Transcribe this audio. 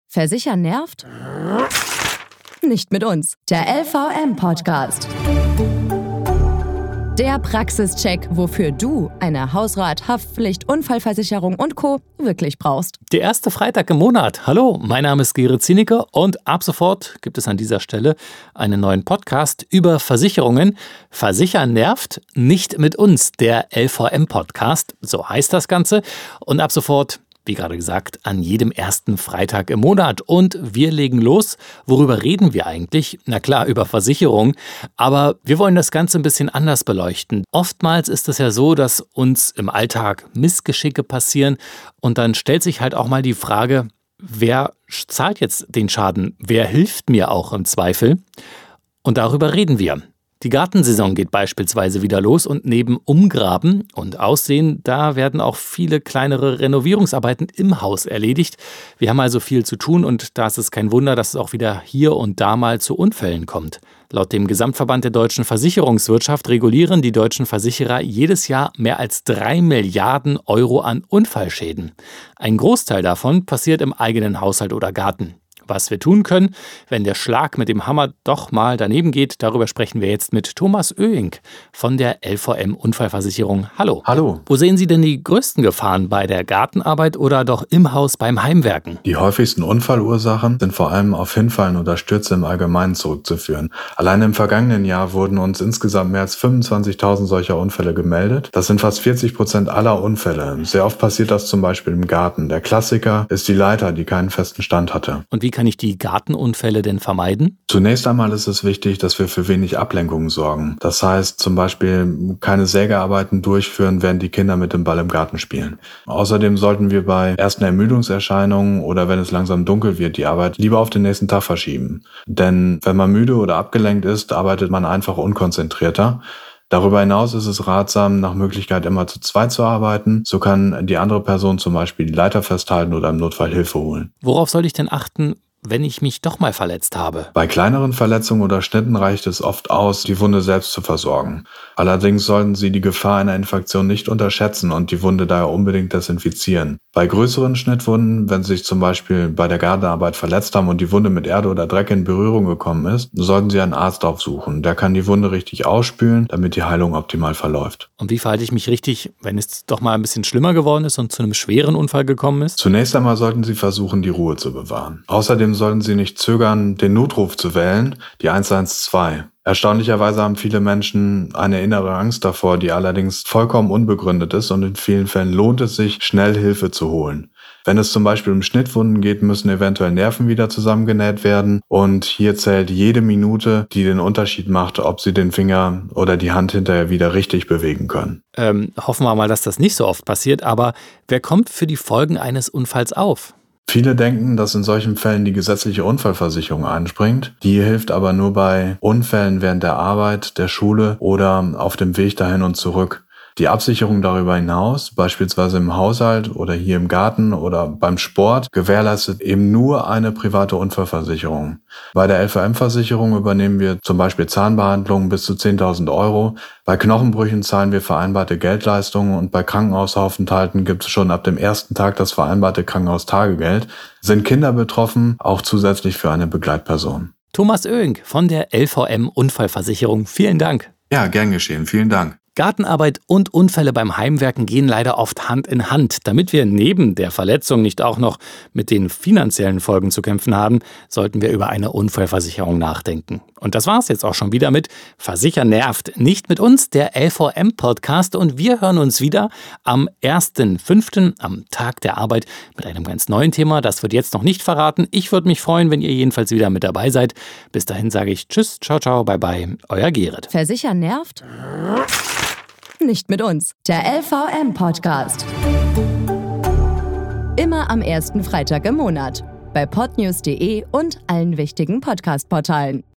Versichern nervt? Nicht mit uns. Der LVM-Podcast. Der Praxischeck, wofür du eine Hausrat-, Haftpflicht-, Unfallversicherung und Co. wirklich brauchst. Der erste Freitag im Monat. Hallo, mein Name ist Gerrit Zienecke und ab sofort gibt es an dieser Stelle einen neuen Podcast über Versicherungen. Versichern nervt, nicht mit uns. Der LVM-Podcast, so heißt das Ganze. Und ab sofort, wie gerade gesagt, an jedem ersten Freitag im Monat. Und wir legen los. Worüber reden wir eigentlich? Na klar, über Versicherung. Aber wir wollen das Ganze ein bisschen anders beleuchten. Oftmals ist es ja so, dass uns im Alltag Missgeschicke passieren. Und dann stellt sich halt auch mal die Frage, wer zahlt jetzt den Schaden? Wer hilft mir auch im Zweifel? Und darüber reden wir. Die Gartensaison geht beispielsweise wieder los und neben Umgraben und Aussehen, da werden auch viele kleinere Renovierungsarbeiten im Haus erledigt. Wir haben also viel zu tun und da ist es kein Wunder, dass es auch wieder hier und da mal zu Unfällen kommt. Laut dem Gesamtverband der deutschen Versicherungswirtschaft regulieren die deutschen Versicherer jedes Jahr mehr als 3 Milliarden Euro an Unfallschäden. Ein Großteil davon passiert im eigenen Haushalt oder Garten. Was wir tun können, wenn der Schlag mit dem Hammer doch mal daneben geht, darüber sprechen wir jetzt mit Thomas Oehing von der LVM Unfallversicherung. Hallo. Hallo. Wo sehen Sie denn die größten Gefahren, bei der Gartenarbeit oder doch im Haus beim Heimwerken? Die häufigsten Unfallursachen sind vor allem auf Hinfallen oder Stürze im Allgemeinen zurückzuführen. Allein im vergangenen Jahr wurden uns insgesamt mehr als 25.000 solcher Unfälle gemeldet. Das sind fast 40% aller Unfälle. Sehr oft passiert das zum Beispiel im Garten. Der Klassiker ist die Leiter, die keinen festen Stand hatte. Und wie kann ich die Gartenunfälle denn vermeiden? Zunächst einmal ist es wichtig, dass wir für wenig Ablenkungen sorgen. Das heißt zum Beispiel keine Sägearbeiten durchführen, während die Kinder mit dem Ball im Garten spielen. Außerdem sollten wir bei ersten Ermüdungserscheinungen oder wenn es langsam dunkel wird, die Arbeit lieber auf den nächsten Tag verschieben. Denn wenn man müde oder abgelenkt ist, arbeitet man einfach unkonzentrierter. Darüber hinaus ist es ratsam, nach Möglichkeit immer zu zweit zu arbeiten. So kann die andere Person zum Beispiel die Leiter festhalten oder im Notfall Hilfe holen. Worauf soll ich denn achten, wenn ich mich doch mal verletzt habe? Bei kleineren Verletzungen oder Schnitten reicht es oft aus, die Wunde selbst zu versorgen. Allerdings sollten Sie die Gefahr einer Infektion nicht unterschätzen und die Wunde daher unbedingt desinfizieren. Bei größeren Schnittwunden, wenn Sie sich zum Beispiel bei der Gartenarbeit verletzt haben und die Wunde mit Erde oder Dreck in Berührung gekommen ist, sollten Sie einen Arzt aufsuchen. Der kann die Wunde richtig ausspülen, damit die Heilung optimal verläuft. Und wie verhalte ich mich richtig, wenn es doch mal ein bisschen schlimmer geworden ist und zu einem schweren Unfall gekommen ist? Zunächst einmal sollten Sie versuchen, die Ruhe zu bewahren. Außerdem sollten Sie nicht zögern, den Notruf zu wählen, die 112. Erstaunlicherweise haben viele Menschen eine innere Angst davor, die allerdings vollkommen unbegründet ist und in vielen Fällen lohnt es sich, schnell Hilfe zu holen. Wenn es zum Beispiel um Schnittwunden geht, müssen eventuell Nerven wieder zusammengenäht werden und hier zählt jede Minute, die den Unterschied macht, ob Sie den Finger oder die Hand hinterher wieder richtig bewegen können. Hoffen wir mal, dass das nicht so oft passiert, aber wer kommt für die Folgen eines Unfalls auf? Viele denken, dass in solchen Fällen die gesetzliche Unfallversicherung einspringt. Die hilft aber nur bei Unfällen während der Arbeit, der Schule oder auf dem Weg dahin und zurück. Die Absicherung darüber hinaus, beispielsweise im Haushalt oder hier im Garten oder beim Sport, gewährleistet eben nur eine private Unfallversicherung. Bei der LVM-Versicherung übernehmen wir zum Beispiel Zahnbehandlungen bis zu 10.000 Euro. Bei Knochenbrüchen zahlen wir vereinbarte Geldleistungen und bei Krankenhausaufenthalten gibt es schon ab dem ersten Tag das vereinbarte Krankenhaustagegeld. Sind Kinder betroffen, auch zusätzlich für eine Begleitperson. Thomas Oehing von der LVM Unfallversicherung. Vielen Dank. Ja, gern geschehen. Vielen Dank. Gartenarbeit und Unfälle beim Heimwerken gehen leider oft Hand in Hand. Damit wir neben der Verletzung nicht auch noch mit den finanziellen Folgen zu kämpfen haben, sollten wir über eine Unfallversicherung nachdenken. Und das war's jetzt auch schon wieder mit Versichern nervt. Nicht mit uns, der LVM-Podcast. Und wir hören uns wieder am 1.5., am Tag der Arbeit, mit einem ganz neuen Thema. Das wird jetzt noch nicht verraten. Ich würde mich freuen, wenn ihr jedenfalls wieder mit dabei seid. Bis dahin sage ich Tschüss, ciao, ciao, bye, bye. Euer Gerrit. Versichern nervt? Nicht mit uns. Der LVM-Podcast. Immer am ersten Freitag im Monat. Bei podnews.de und allen wichtigen Podcast-Portalen.